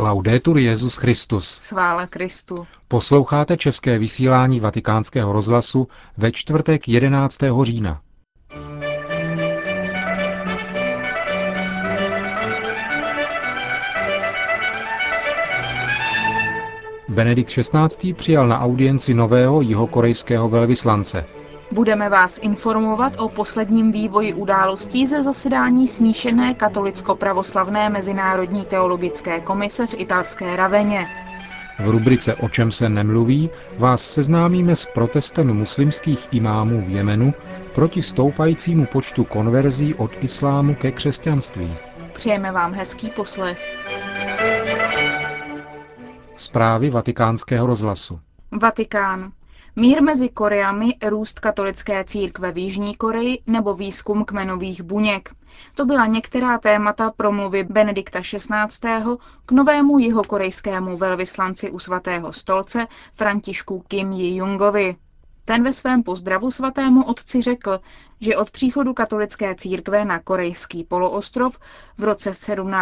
Laudetur Jesus Christus. Chvála Kristu. Posloucháte české vysílání Vatikánského rozhlasu ve čtvrtek 11. října. Benedikt XVI. Přijal na audienci nového jihokorejského velvyslance. Budeme vás informovat o posledním vývoji událostí ze zasedání smíšené katolicko-pravoslavné mezinárodní teologické komise v italské Raveně. V rubrice O čem se nemluví vás seznámíme s protestem muslimských imámů v Jemenu proti stoupajícímu počtu konverzí od islámu ke křesťanství. Přejeme vám hezký poslech. Zprávy Vatikánského rozhlasu. Vatikán. Mír mezi Koreami, růst katolické církve v Jižní Koreji nebo výzkum kmenových buněk. To byla některá témata promluvy Benedikta XVI. K novému jihokorejskému velvyslanci u svatého stolce Františku Kim Ji-jungovi. Ten ve svém pozdravu svatému otci řekl, že od příchodu katolické církve na korejský poloostrov v roce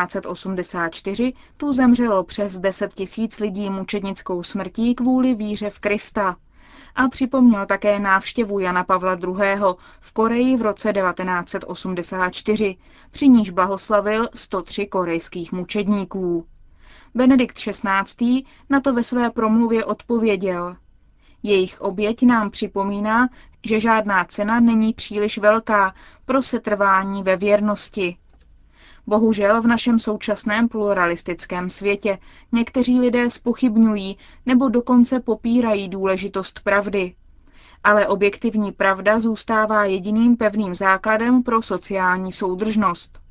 1784 tu zemřelo přes 10 000 lidí mučednickou smrtí kvůli víře v Krista. A připomněl také návštěvu Jana Pavla II. V Koreji v roce 1984, při níž blahoslavil 103 korejských mučedníků. Benedikt XVI. Na to ve své promluvě odpověděl: Jejich oběť nám připomíná, že žádná cena není příliš velká pro setrvání ve věrnosti. Bohužel v našem současném pluralistickém světě někteří lidé zpochybňují nebo dokonce popírají důležitost pravdy. Ale objektivní pravda zůstává jediným pevným základem pro sociální soudržnost.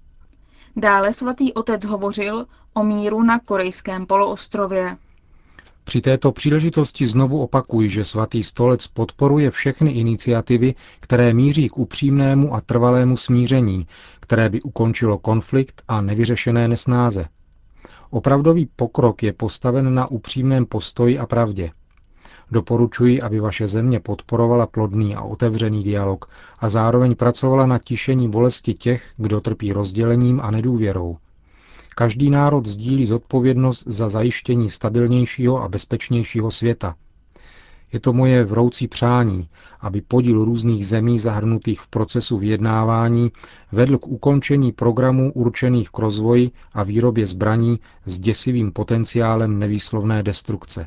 Dále svatý otec hovořil o míru na korejském poloostrově. Při této příležitosti znovu opakuji, že svatý stolec podporuje všechny iniciativy, které míří k upřímnému a trvalému smíření, které by ukončilo konflikt a nevyřešené nesnáze. Opravdový pokrok je postaven na upřímném postoji a pravdě. Doporučuji, aby vaše země podporovala plodný a otevřený dialog a zároveň pracovala na tišení bolesti těch, kdo trpí rozdělením a nedůvěrou. Každý národ sdílí zodpovědnost za zajištění stabilnějšího a bezpečnějšího světa. Je to moje vroucí přání, aby podíl různých zemí zahrnutých v procesu vyjednávání vedl k ukončení programů určených k rozvoji a výrobě zbraní s děsivým potenciálem nevýslovné destrukce.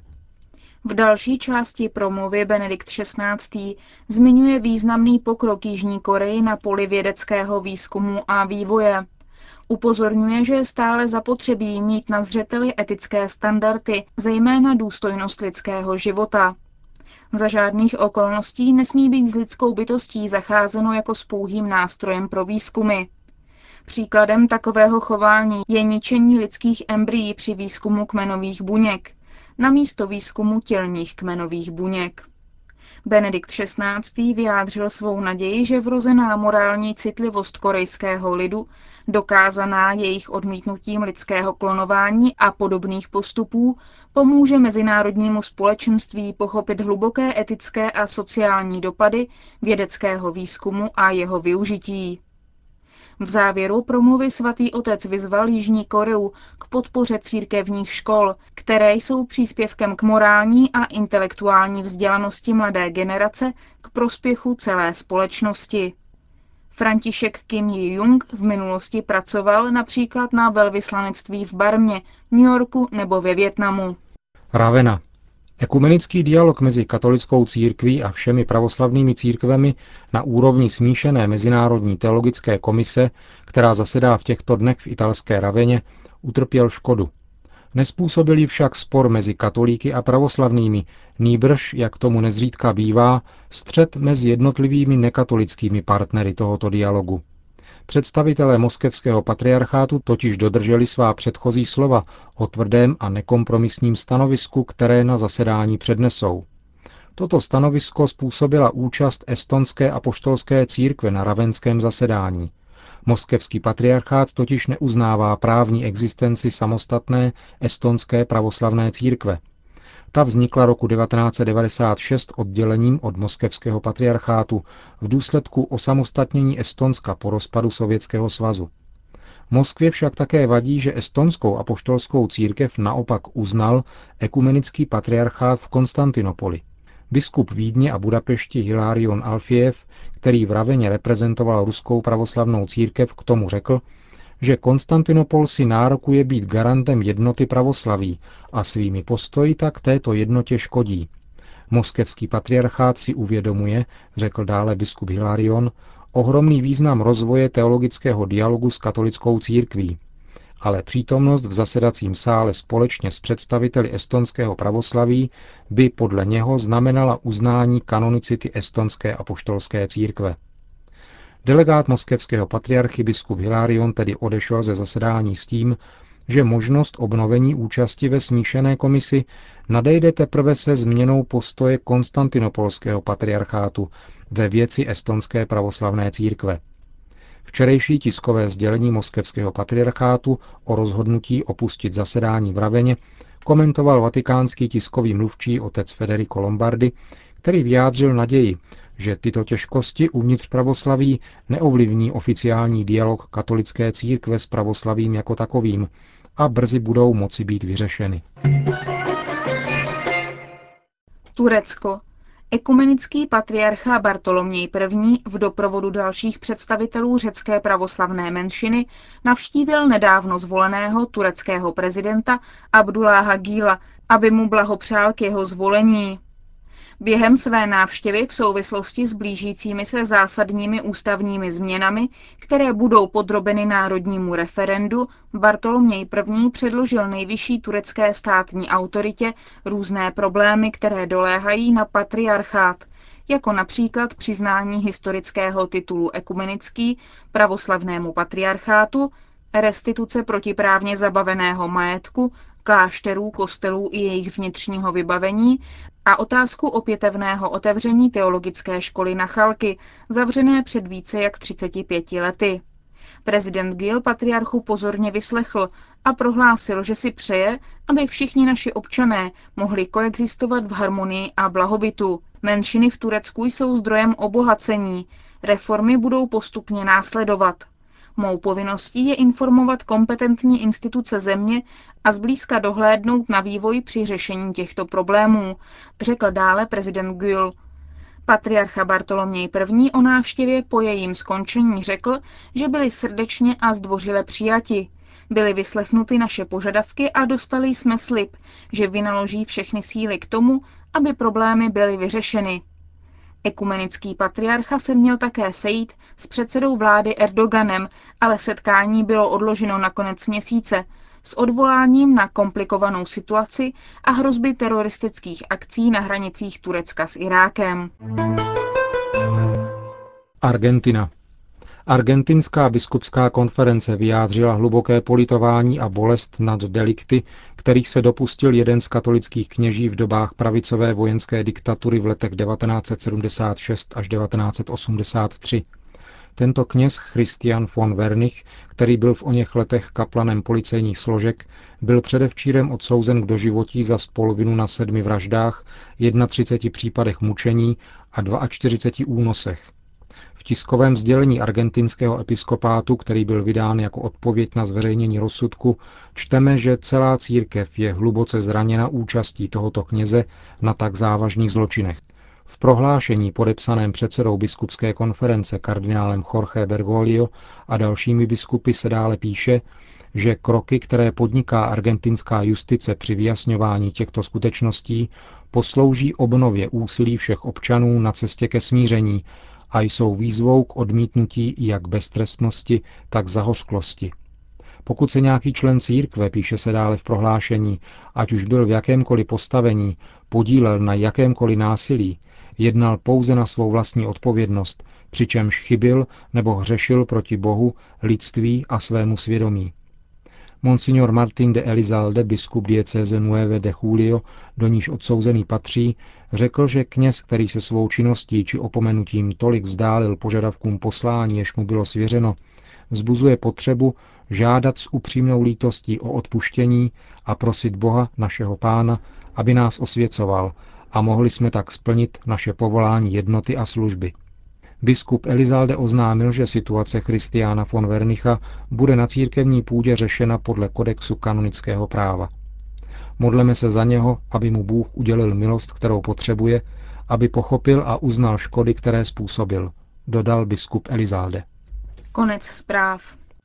V další části promluvy Benedikt XVI. Zmiňuje významný pokrok Jižní Koreji na poli vědeckého výzkumu a vývoje. Upozorňuje, že je stále zapotřebí mít na zřeteli etické standardy, zejména důstojnost lidského života. Za žádných okolností nesmí být s lidskou bytostí zacházeno jako s pouhým nástrojem pro výzkumy. Příkladem takového chování je ničení lidských embryí při výzkumu kmenových buněk, namísto výzkumu tělních kmenových buněk. Benedikt XVI. Vyjádřil svou naději, že vrozená morální citlivost korejského lidu, dokázaná jejich odmítnutím lidského klonování a podobných postupů, pomůže mezinárodnímu společenství pochopit hluboké etické a sociální dopady vědeckého výzkumu a jeho využití. V závěru promluvy svatý otec vyzval Jižní Koreu k podpoře církevních škol, které jsou příspěvkem k morální a intelektuální vzdělanosti mladé generace k prospěchu celé společnosti. František Kim Ji-jung v minulosti pracoval například na velvyslanectví v Barmě, New Yorku nebo ve Vietnamu. Ravena. Ekumenický dialog mezi katolickou církví a všemi pravoslavnými církvemi na úrovni smíšené mezinárodní teologické komise, která zasedá v těchto dnech v italské Raveně, utrpěl škodu. Nezpůsobil ji však spor mezi katolíky a pravoslavnými, nýbrž, jak tomu nezřídka bývá, střet mezi jednotlivými nekatolickými partnery tohoto dialogu. Představitelé moskevského patriarchátu totiž dodrželi svá předchozí slova o tvrdém a nekompromisním stanovisku, které na zasedání přednesou. Toto stanovisko způsobila účast estonské apoštolské církve na ravenském zasedání. Moskevský patriarchát totiž neuznává právní existenci samostatné estonské pravoslavné církve. Ta vznikla roku 1996 oddělením od moskevského patriarchátu v důsledku osamostatnění Estonska po rozpadu Sovětského svazu. Moskvě však také vadí, že estonskou apoštolskou církev naopak uznal ekumenický patriarchát v Konstantinopoli. Biskup Vídně a Budapešti Hilarion Alfiev, který v Raveně reprezentoval ruskou pravoslavnou církev, k tomu řekl, že Konstantinopol si nárokuje být garantem jednoty pravoslaví a svými postoji tak této jednotě škodí. Moskevský patriarchát si uvědomuje, řekl dále biskup Hilarion, ohromný význam rozvoje teologického dialogu s katolickou církví, ale přítomnost v zasedacím sále společně s představiteli estonského pravoslaví by podle něho znamenala uznání kanonicity estonské apoštolské církve. Delegát moskevského patriarchy biskup Hilarion tedy odešel ze zasedání s tím, že možnost obnovení účasti ve smíšené komisi nadejde teprve se změnou postoje konstantinopolského patriarchátu ve věci estonské pravoslavné církve. Včerejší tiskové sdělení moskevského patriarchátu o rozhodnutí opustit zasedání v Raveně komentoval vatikánský tiskový mluvčí otec Federico Lombardi, který vyjádřil naději, že tyto těžkosti uvnitř pravoslaví neovlivní oficiální dialog katolické církve s pravoslavím jako takovým a brzy budou moci být vyřešeny. Turecko. Ekumenický patriarcha Bartoloměj I. v doprovodu dalších představitelů řecké pravoslavné menšiny navštívil nedávno zvoleného tureckého prezidenta Abdulláha Gíla, aby mu blahopřál k jeho zvolení. Během své návštěvy v souvislosti s blížícími se zásadními ústavními změnami, které budou podrobeny národnímu referendu, Bartoloměj I. předložil nejvyšší turecké státní autoritě různé problémy, které doléhají na patriarchát, jako například přiznání historického titulu ekumenický pravoslavnému patriarchátu, restituce protiprávně zabaveného majetku, klášterů, kostelů i jejich vnitřního vybavení a otázku opětovného otevření teologické školy na Chalky, zavřené před více jak 35 lety. Prezident Gil patriarchu pozorně vyslechl a prohlásil, že si přeje, aby všichni naši občané mohli koexistovat v harmonii a blahobytu. Menšiny v Turecku jsou zdrojem obohacení, reformy budou postupně následovat. Mou povinností je informovat kompetentní instituce země a zblízka dohlédnout na vývoj při řešení těchto problémů, řekl dále prezident Gül. Patriarcha Bartoloměj I. o návštěvě po jejím skončení řekl, že byli srdečně a zdvořile přijati. Byly vyslechnuty naše požadavky a dostali jsme slib, že vynaloží všechny síly k tomu, aby problémy byly vyřešeny. Ekumenický patriarcha se měl také sejít s předsedou vlády Erdoganem, ale setkání bylo odloženo na konec měsíce s odvoláním na komplikovanou situaci a hrozby teroristických akcí na hranicích Turecka s Irákem. Argentina. Argentinská biskupská konference vyjádřila hluboké politování a bolest nad delikty, kterých se dopustil jeden z katolických kněží v dobách pravicové vojenské diktatury v letech 1976 až 1983. Tento kněz Christian von Wernich, který byl v oněch letech kaplanem policejních složek, byl předevčírem odsouzen k doživotí za spoluvinu na 7 vraždách, 31 případech mučení a 42 únosech. V tiskovém sdělení argentinského episkopátu, který byl vydán jako odpověď na zveřejnění rozsudku, čteme, že celá církev je hluboce zraněna účastí tohoto kněze na tak závažných zločinech. V prohlášení podepsaném předsedou biskupské konference kardinálem Jorge Bergoglio a dalšími biskupy se dále píše, že kroky, které podniká argentinská justice při vyjasňování těchto skutečností, poslouží obnově úsilí všech občanů na cestě ke smíření a jsou výzvou k odmítnutí jak beztrestnosti, tak zahořklosti. Pokud se nějaký člen církve, píše se dále v prohlášení, ať už byl v jakémkoliv postavení, podílel na jakémkoliv násilí, jednal pouze na svou vlastní odpovědnost, přičemž chybil nebo hřešil proti Bohu, lidství a svému svědomí. Monsignor Martín de Elizalde, biskup diecéze Nueve de Julio, do níž odsouzený patří, řekl, že kněz, který se svou činností či opomenutím tolik vzdálil požadavkům poslání, jež mu bylo svěřeno, vzbuzuje potřebu žádat s upřímnou lítostí o odpuštění a prosit Boha, našeho Pána, aby nás osvěcoval a mohli jsme tak splnit naše povolání jednoty a služby. Biskup Elizalde oznámil, že situace Christiana von Wernicha bude na církevní půdě řešena podle kodexu kanonického práva. Modleme se za něho, aby mu Bůh udělil milost, kterou potřebuje, aby pochopil a uznal škody, které způsobil, dodal biskup Elizalde. Konec zpráv.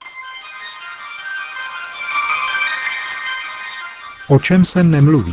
O čem se nemluví?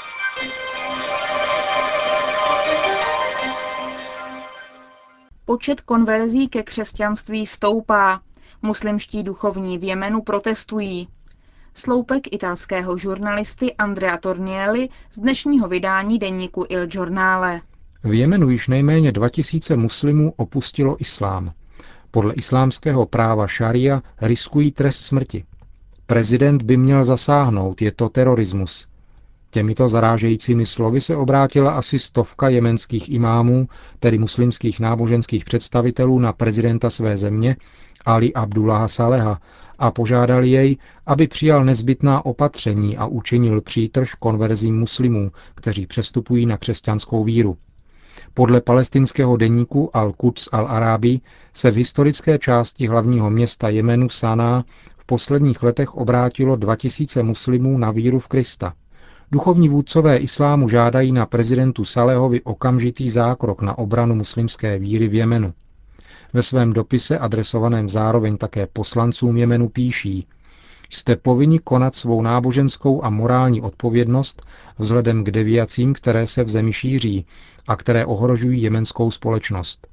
Počet konverzí ke křesťanství stoupá. Muslimští duchovní v Jemenu protestují. Sloupek italského žurnalisty Andrea Tornielli z dnešního vydání deníku Il Giornale. V Jemenu již nejméně 2000 muslimů opustilo islám. Podle islámského práva šaria riskují trest smrti. Prezident by měl zasáhnout, je to terorismus. Těmito zarážejícími slovy se obrátila asi 100 jemenských imámů, tedy muslimských náboženských představitelů, na prezidenta své země, Ali Abdullaha Saleha, a požádali jej, aby přijal nezbytná opatření a učinil přítrž konverzím muslimů, kteří přestupují na křesťanskou víru. Podle palestinského deníku Al-Quds Al-Arabi se v historické části hlavního města Jemenu Saná v posledních letech obrátilo 2000 muslimů na víru v Krista. Duchovní vůdcové islámu žádají na prezidentu Salehovi okamžitý zákrok na obranu muslimské víry v Jemenu. Ve svém dopise, adresovaném zároveň také poslancům Jemenu, píší: Jste povinni konat svou náboženskou a morální odpovědnost vzhledem k deviacím, které se v zemi šíří a které ohrožují jemenskou společnost.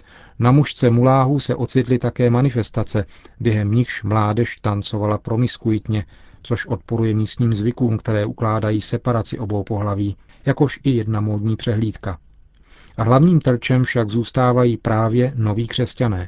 Na mušce muláhů se ocitly také manifestace, během nichž mládež tancovala promiskuitně, což odporuje místním zvykům, které ukládají separaci obou pohlaví, jakož i jedna módní přehlídka. A hlavním terčem však zůstávají právě noví křesťané.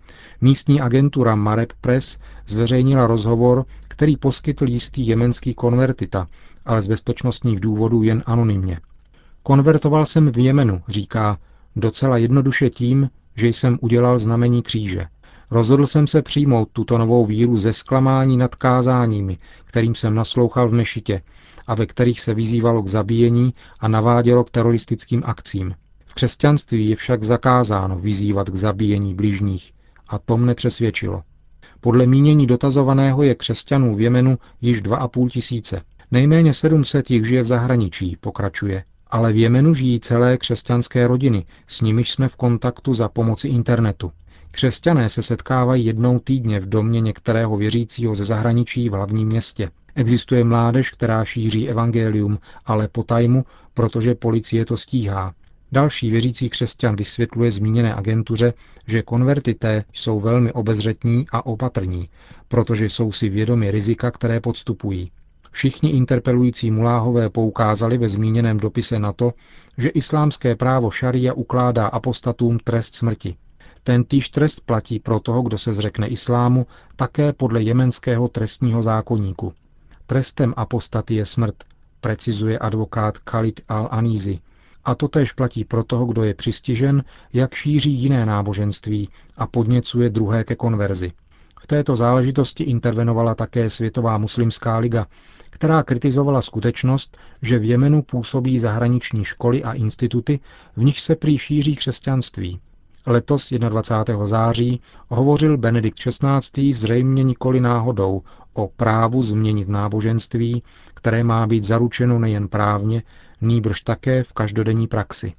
Místní agentura Mareb Press zveřejnila rozhovor, který poskytl jistý jemenský konvertita, ale z bezpečnostních důvodů jen anonymně. Konvertoval jsem v Jemenu, říká, docela jednoduše tím, že jsem udělal znamení kříže. Rozhodl jsem se přijmout tuto novou víru ze zklamání nad kázáními, kterým jsem naslouchal v mešitě a ve kterých se vyzývalo k zabíjení a navádělo k teroristickým akcím. V křesťanství je však zakázáno vyzývat k zabíjení bližních a to mne přesvědčilo. Podle mínění dotazovaného je křesťanů v Jemenu již 2500. Nejméně 700 jich žije v zahraničí, pokračuje. Ale v Jemenu žijí celé křesťanské rodiny, s nimiž jsme v kontaktu za pomoci internetu. Křesťané se setkávají jednou týdně v domě některého věřícího ze zahraničí v hlavním městě. Existuje mládež, která šíří evangelium, ale potajmu, protože policie to stíhá. Další věřící křesťan vysvětluje zmíněné agentuře, že konvertité jsou velmi obezřetní a opatrní, protože jsou si vědomi rizika, které podstupují. Všichni interpelující muláhové poukázali ve zmíněném dopise na to, že islámské právo šaria ukládá apostatům trest smrti. Tentýž trest platí pro toho, kdo se zřekne islámu, také podle jemenského trestního zákoníku. Trestem apostaty je smrt, precizuje advokát Khalid al-Anízi. A totéž platí pro toho, kdo je přistižen, jak šíří jiné náboženství a podněcuje druhé ke konverzi. V této záležitosti intervenovala také Světová muslimská liga, která kritizovala skutečnost, že v Jemenu působí zahraniční školy a instituty, v nich se prý šíří křesťanství. Letos 21. září hovořil Benedikt XVI. Zřejmě nikoli náhodou o právu změnit náboženství, které má být zaručeno nejen právně, nýbrž také v každodenní praxi.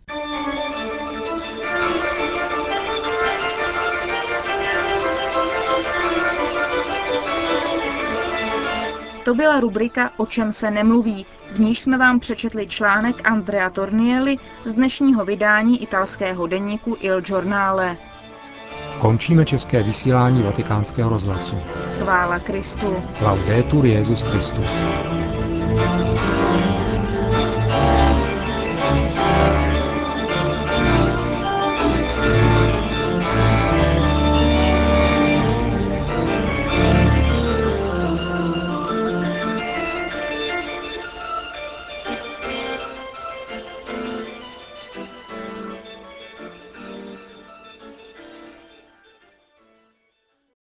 To byla rubrika O čem se nemluví, v níž jsme vám přečetli článek Andrea Tornielli z dnešního vydání italského deníku Il Giornale. Končíme české vysílání Vatikánského rozhlasu. Chvála Kristu. Laudetur Jesus Christus.